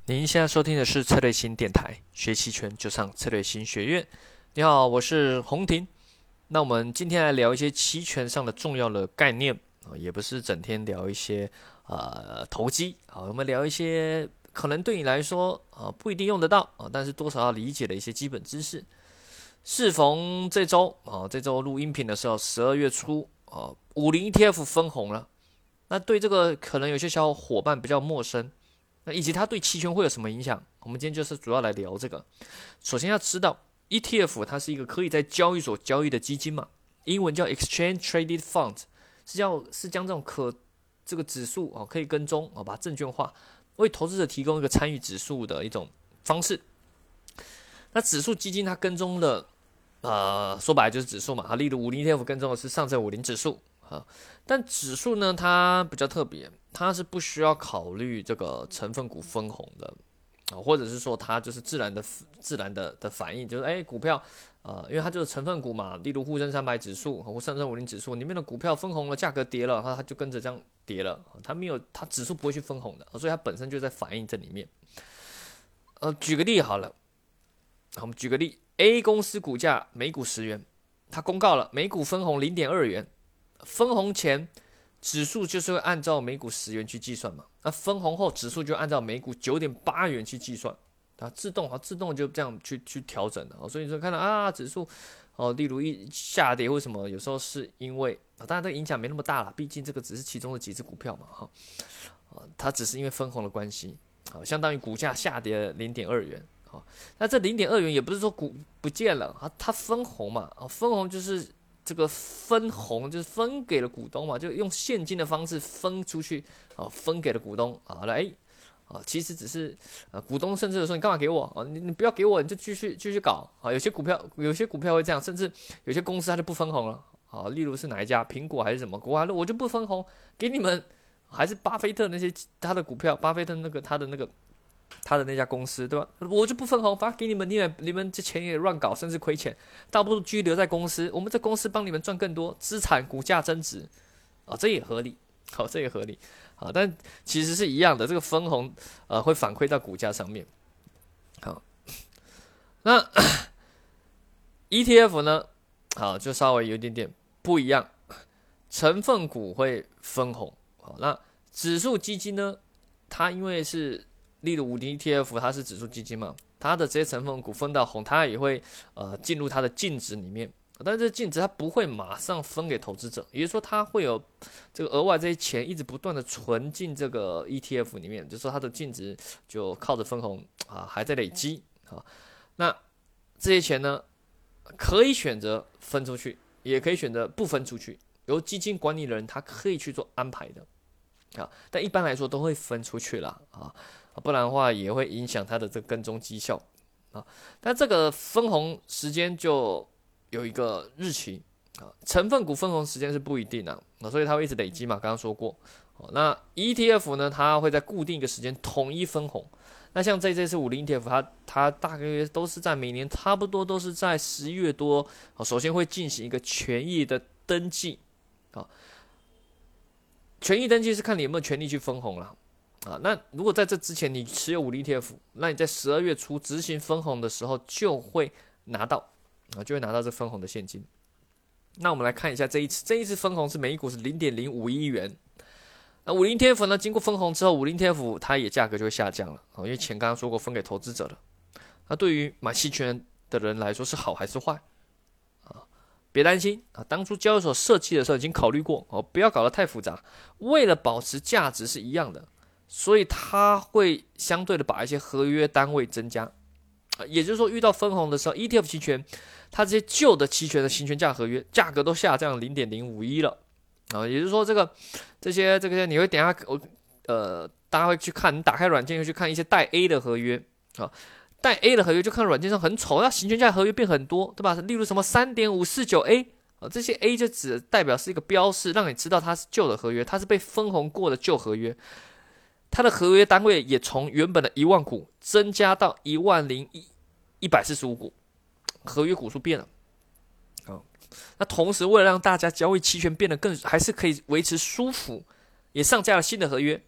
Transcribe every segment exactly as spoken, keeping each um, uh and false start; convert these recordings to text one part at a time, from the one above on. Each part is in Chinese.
您现在收听的是策略新电台，学期权就上策略新学院。你好，我是洪婷。那我们今天来聊一些期权上的重要的概念啊，也不是整天聊一些呃投机啊，我们聊一些可能对你来说啊不一定用得到啊，但是多少要理解的一些基本知识。适逢这周啊，这周录音频的时候，十二月初啊，五零 E T F 分红了。那对这个可能有些小伙伴比较陌生。那以及它对期权会有什么影响？我们今天就是主要来聊这个。首先要知道 E T F 它是一个可以在交易所交易的基金嘛，英文叫 Exchange Traded Fund， 是叫是将这种可这个指数哦可以跟踪哦把它证券化，为投资者提供一个参与指数的一种方式。那指数基金它跟踪的呃说白了就是指数嘛，例如五零 E T F 跟踪的是上证五零指数啊，但指数呢它比较特别。它是不需要考虑这个成分股分红的啊，或者是说它就是自然的自然的的反应，就是哎股票呃，因为它就是成分股嘛，例如沪深三百指数或上证五零指数里面的股票分红了，价格跌了，它它就跟着这样跌了，它没有它指数不会去分红的，所以它本身就在反映这里面。呃，举个例好了，我们举个例 ，A 公司股价每股十元，它公告了每股分红零点二元，分红前。指数就是会按照每股十元去计算嘛，那分红后指数就按照每股九点八元去计算，它自动啊自动就这样去去调整的，所以说看到啊指数哦，例如一下跌为什么有时候是因为啊，当然这个影响没那么大了，毕竟这个只是其中的几只股票嘛哈，啊它只是因为分红的关系，啊相当于股价下跌零点二元，好，那这零点二元也不是说股不见了啊，它分红嘛，啊分红就是。这个分红就是分给了股东嘛，就用现金的方式分出去，啊，分给了股东啊，来，啊，其实只是啊，股东甚至说你干嘛给我啊？你你不要给我，你就继续继续搞啊。有些股票有些股票会这样，甚至有些公司它就不分红了啊。例如是哪一家，苹果还是什么，我我就不分红给你们，还是巴菲特那些他的股票，巴菲特那个他的那个。他的那家公司，对吧？我就不分红，发给你们，你们你们这钱也乱搞，甚至亏钱，倒不如继续留在公司，我们这公司帮你们赚更多资产，股价增值，啊、哦，这也合理，好、哦，这也合理，好，但其实是一样的，这个分红呃会反馈到股价上面，好，那 E T F 呢，好，就稍微有一点点不一样，成分股会分红，好，那指数基金呢，它因为是例如五零 E T F 它是指数基金嘛，它的这些成分股分到红，它也会呃进入它的净值里面，但是净值它不会马上分给投资者，也就是说它会有这个额外这些钱一直不断的存进这个 E T F 里面，就是说它的净值就靠着分红啊还在累积啊。那这些钱呢可以选择分出去，也可以选择不分出去，由基金管理人他可以去做安排的啊，但一般来说都会分出去啦啊。不然的话也会影响它的这个跟踪绩效啊。但这个分红时间就有一个日期啊，成分股分红时间是不一定的啊，所以它会一直累积嘛，刚刚说过。那 E T F 呢，它会在固定一个时间统一分红。那像这这次五零 E T F， 它它大概都是在每年差不多都是在十一月多，首先会进行一个权益的登记啊。权益登记是看你有没有权利去分红啦。啊，那如果在这之前你持有五零 E T F， 那你在十二月初执行分红的时候就会拿到，啊，就会拿到这分红的现金。那我们来看一下这一次，这一次分红是每一股是零点零五一元。那五零 E T F 呢，经过分红之后，五零 E T F 它也价格就会下降了，啊，因为钱刚刚说过分给投资者了。那对于买期权的人来说是好还是坏？啊，别担心啊，当初交易所设计的时候已经考虑过哦，不要搞得太复杂，为了保持价值是一样的。所以它会相对的把一些合约单位增加，也就是说，遇到分红的时候 ，E T F 期权它这些旧的期权的行权价合约价格都下降零点零五一了啊，也就是说，这个这些这个你会等一下呃，大家会去看，你打开软件会去看一些带 A 的合约啊，带 A 的合约就看软件上很丑，那行权价合约变很多，对吧？例如什么 三点五四九 A 啊，这些 A 就只代表是一个标示，让你知道它是旧的合约，它是被分红过的旧合约。它的合约单位也从原本的一万股增加到一万零一百四十五股，合约股数变了。哦，那同时为了让大家交易期权变得更还是可以维持舒服，也上架了新的合约。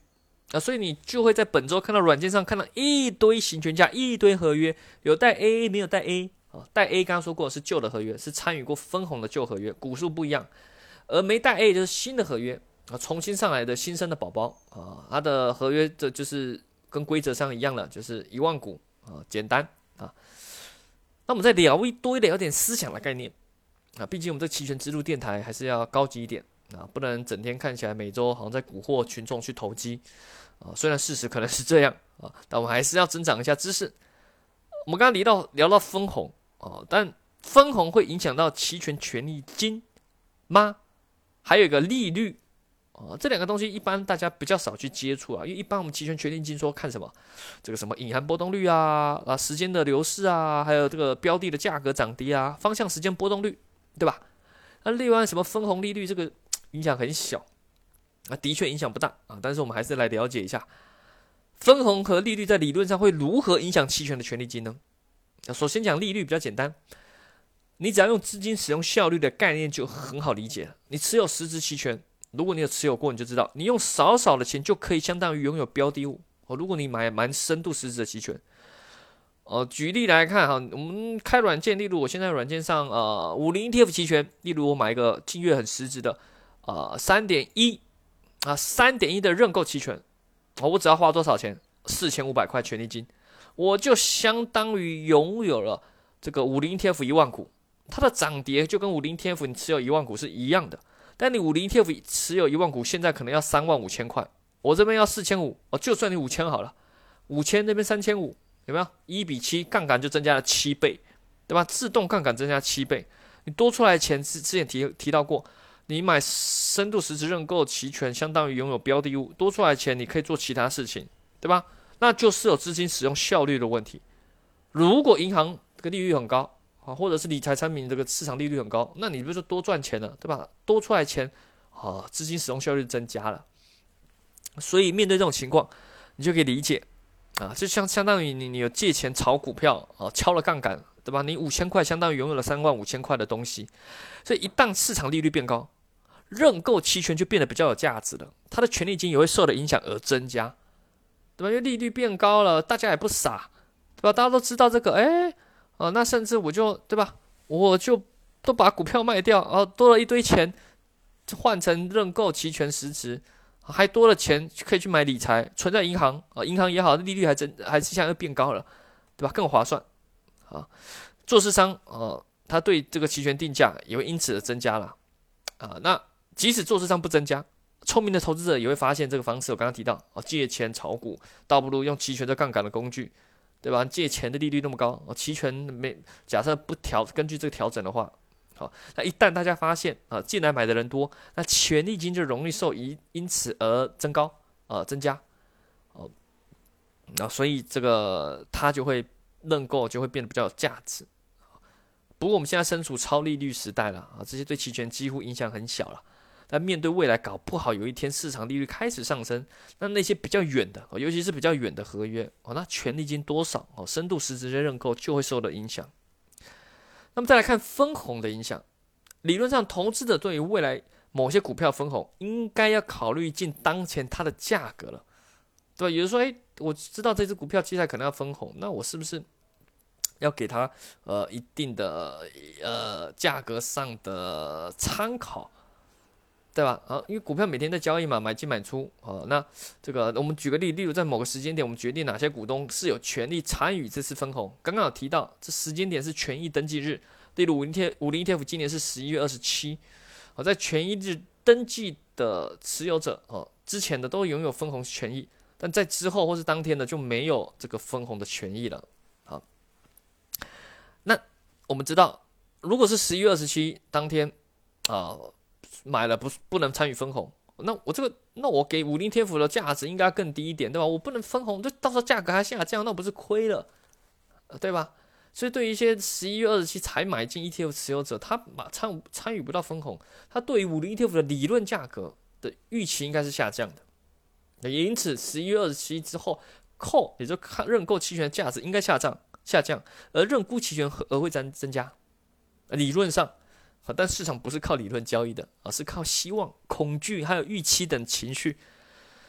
啊，所以你就会在本周看到软件上看到一堆行权价，一堆合约，有带 A， 没有带 A 啊，带 A 刚刚说过是旧的合约，是参与过分红的旧合约，股数不一样，而没带 A 就是新的合约啊，重新上来的新生的宝宝啊，它的合约这就是跟规则上一样了，就是一万股啊，简单啊。那我们再聊一多聊点思想的概念啊，毕竟我们这期权之路电台还是要高级一点啊，不能整天看起来每周好像在蛊惑群众去投机啊。虽然事实可能是这样啊，但我们还是要增长一下知识。我们刚刚聊到聊到分红啊，但分红会影响到期权权利金吗？还有一个利率。哦，这两个东西一般大家比较少去接触啊，因为一般我们期权权利金说看什么，这个什么隐含波动率啊，啊时间的流逝啊，还有这个标的的价格涨跌啊，方向时间波动率，对吧？那另外什么分红利率，这个影响很小，啊，的确影响不大啊，但是我们还是来了解一下，分红和利率在理论上会如何影响期权的权利金呢？首先讲利率比较简单，你只要用资金使用效率的概念就很好理解了，你持有实质期权。如果你有持有过，你就知道，你用少少的钱就可以相当于拥有标的物。哦，如果你买蛮深度实质的期权，哦，举例来看哈，我们开软件，例如我现在软件上呃五零 E T F 期权，例如我买一个近月很实质的呃三点一啊三点一的认购期权，哦，我只要花多少钱？四千五百块权利金，我就相当于拥有了这个五零 E T F 一万股，它的涨跌就跟五零 E T F 你持有一万股是一样的。但你五零 E T F 持有一万股，现在可能要三万五千块，我这边要四千五，哦，就算你五千好了，五千那边三千五，有没有？一比七，杠杆就增加了七倍，对吧？自动杠杆增加七倍，你多出来的钱之之前提提到过，你买深度实质认购期权，相当于拥有标的物，多出来的钱你可以做其他事情，对吧？那就是有资金使用效率的问题。如果银行这个利率很高，啊，或者是理财产品这个市场利率很高，那你不是多赚钱了，对吧？多出来钱，啊，资金使用效率增加了。所以面对这种情况，你就可以理解，啊，就相相当于你你有借钱炒股票，啊，敲了杠杆，对吧？你五千块相当于拥有了三万五千块的东西，所以一旦市场利率变高，认购期权就变得比较有价值了，它的权利金也会受到影响而增加，对吧？因为利率变高了，大家也不傻，对吧？大家都知道这个，哎。哦，那甚至我就对吧，我就都把股票卖掉，哦，多了一堆钱，换成认购期权实质，还多了钱可以去买理财，存在银行啊，银行也好，利率还真还是现在又变高了，对吧？更划算啊。做市商啊，他对这个期权定价也会因此而增加了啊。那即使做市商不增加，聪明的投资者也会发现这个方式，我刚刚提到啊，借钱炒股，倒不如用期权这杠杆的工具。对吧？借钱的利率那么高，哦，期权没假设不调，根据这个调整的话，好，那一旦大家发现啊，进来买的人多，那权利金就容易受因因此而增高啊，增加，哦，那所以这个它就会认购就会变得比较有价值。不过我们现在身处超利率时代了啊，这些对期权几乎影响很小了。但面对未来搞不好有一天市场利率开始上升，那那些比较远的，尤其是比较远的合约，哦，那权利金多少，哦，深度实质的认购就会受到影响。那么再来看分红的影响，理论上投资者对于未来某些股票分红，应该要考虑进当前它的价格了，对吧？有人说，哎，我知道这只股票接下来可能要分红，那我是不是要给它呃一定的呃价格上的参考？对吧？啊，因为股票每天在交易嘛，买进买出，啊，那这个我们举个例，例如在某个时间点，我们决定哪些股东是有权利参与这次分红。刚刚有提到，这时间点是权益登记日，例如五零 E T F 今年是十一月二十七，好，在权益日登记的持有者，哦，之前的都拥有分红权益，但在之后或是当天的就没有这个分红的权益了。好，那我们知道，如果是十一月二十七当天，啊。买了不不能参与分红，那我这个那我给五零 E T F 的价值应该更低一点，对吧？我不能分红，就到时候价格还下降，那我不是亏了，对吧？所以对于一些十一月二十七才买进 E T F 持有者，他参参与不到分红，他对于五零 E T F 的理论价格的预期应该是下降的，也因此十一月二十七之后扣，也就看认购期权的价值应该下降下降，而认沽期权额会增增加，理论上。但市场不是靠理论交易的，而是靠希望、恐惧还有预期等情绪。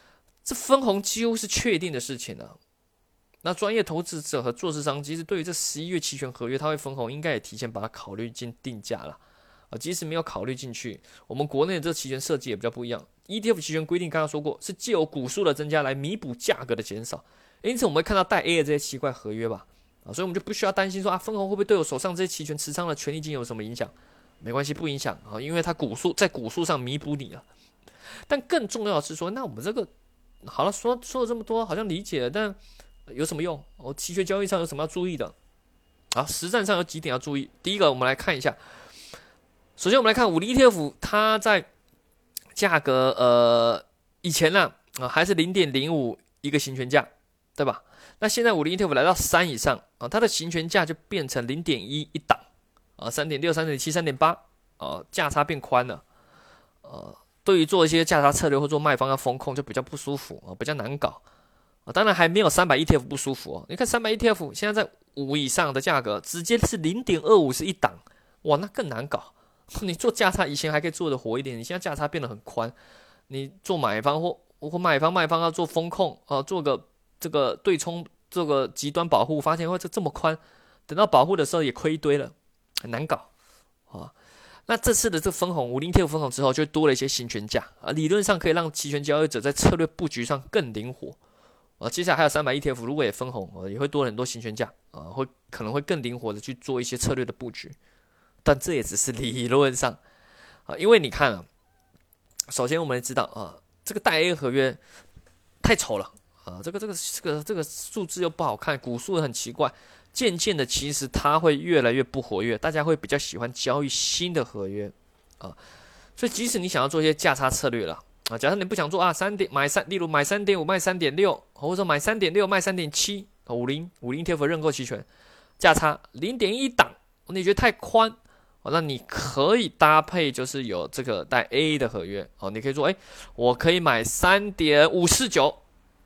这分红几乎是确定的事情了、啊。那专业投资者和做市商，其实对于这十一月期权合约它会分红，应该也提前把它考虑进定价了啊。即使没有考虑进去，我们国内的这个期权设计也比较不一样。E T F 期权规定刚刚说过，是借由股数的增加来弥补价格的减少，因此我们会看到带 A 的这些奇怪合约吧啊，所以我们就不需要担心说啊，分红会不会对我手上这些期权持仓的权利金有什么影响？没关系，不影响啊，因为它股数在股数上弥补你了。但更重要的是说，那我们这个好了，说说了这么多，好像理解了，但有什么用？我、哦、期权交易上有什么要注意的？好，实战上有几点要注意。第一个，我们来看一下。首先，我们来看五零 E T F， 它在价格呃以前呢啊、呃、还是 零点零五 一个行权价，对吧？那现在五零 E T F 来到三以上啊，它的行权价就变成 零点一 一档啊 ，三点六、三点七、三点八啊，价差变宽了。呃，对于做一些价差策略或做卖方要风控就比较不舒服啊，比较难搞。当然还没有三百 E T F 不舒服哦。你看三百 E T F 现在在五以上的价格，直接是 零点二五 是一档，哇，那更难搞。你做价差以前还可以做得活一点，你现在价差变得很宽，你做买方或或买方卖方要做风控啊、呃，做个这个对冲，做个极端保护，发现会这这么宽，等到保护的时候也亏一堆了，很难搞啊。那这次的这分红五零 E T F 分红之后，就多了一些行权价啊，理论上可以让期权交易者在策略布局上更灵活。啊，接下来还有三百 E T F， 如果也分红，呃，也会多很多行权价啊，会可能会更灵活的去做一些策略的布局，但这也只是理论上啊，因为你看啊，首先我们知道啊，这个带 A 合约太丑了啊，这个这个这个这个数字又不好看，股数很奇怪，渐渐的其实它会越来越不活跃，大家会比较喜欢交易新的合约啊，所以即使你想要做一些价差策略了。啊，假设你不想做啊，三点买三，例如买三点五卖三点六，或者说买三点六卖三点七，五零五零 E T F 认购期权价差零点一档，你觉得太宽，哦，那你可以搭配就是有这个带 A 的合约，哦，你可以说，哎，我可以买三点五四九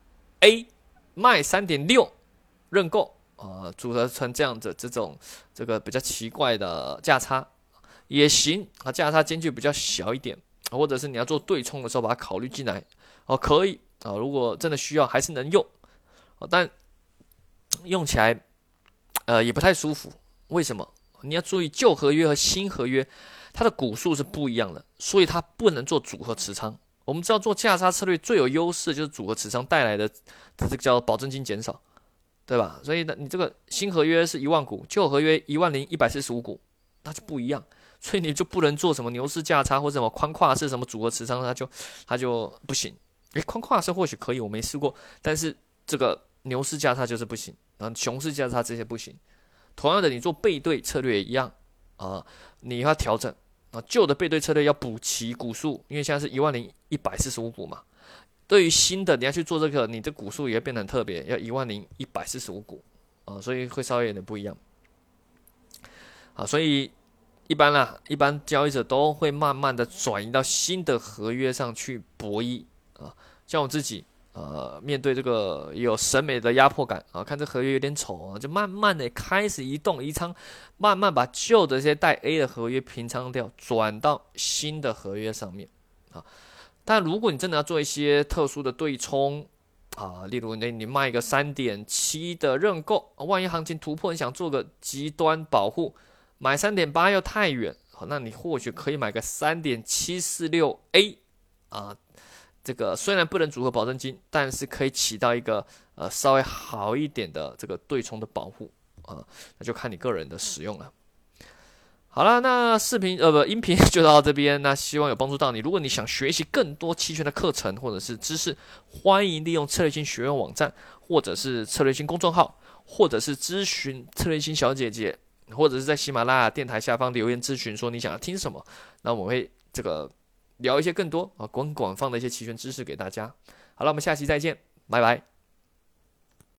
A 卖三点六认购，啊、呃，组合成这样子这种这个比较奇怪的价差也行啊，价差间距比较小一点。或者是你要做对冲的时候，把它考虑进来，哦，可以啊。如果真的需要，还是能用，哦，但用起来，呃，也不太舒服。为什么？你要注意，旧合约和新合约，它的股数是不一样的，所以它不能做组合持仓。我们知道做价差策略最有优势就是组合持仓带来的，这个叫保证金减少，对吧？所以呢，你这个新合约是一万股，旧合约一万零一百四十五股，那就不一样。所以你就不能做什么牛市价差或者什么宽跨式什么组合持仓，它就它就不行。诶，宽跨式或许可以，我没试过，但是这个牛市价差就是不行，然后熊市价差这些不行。同样的，你做背对策略也一样啊、呃，你要调整啊，旧的背对策略要补齐股数，因为现在是一万零一百四十五股嘛。对于新的你要去做这个，你的股数也会变得很特别，要一万零一百四十五股啊，所以会稍微有点不一样。啊，所以。一般啦，一般交易者都会慢慢的转移到新的合约上去博弈啊。像我自己，呃，面对这个有审美的压迫感啊，看这合约有点丑啊，就慢慢的开始移动移仓，慢慢把旧的这些带 A 的合约平仓掉，转到新的合约上面啊。但如果你真的要做一些特殊的对冲啊，例如你你卖个 三点七 的认购，万一行情突破，你想做个极端保护。买 三点八 又太远，好，那你或许可以买个 三点七四六 A 啊，这个虽然不能组合保证金，但是可以起到一个呃稍微好一点的这个对冲的保护啊，那就看你个人的使用了。好了，那视频呃不音频就到这边，那希望有帮助到你。如果你想学习更多期权的课程或者是知识，欢迎利用策略星学院网站，或者是策略星公众号，或者是咨询策略星小姐姐。或者是在喜马拉雅电台下方留言咨询，说你想要听什么，那我们会这个聊一些更多啊更广泛的一些期权知识给大家。好了，我们下期再见，拜拜。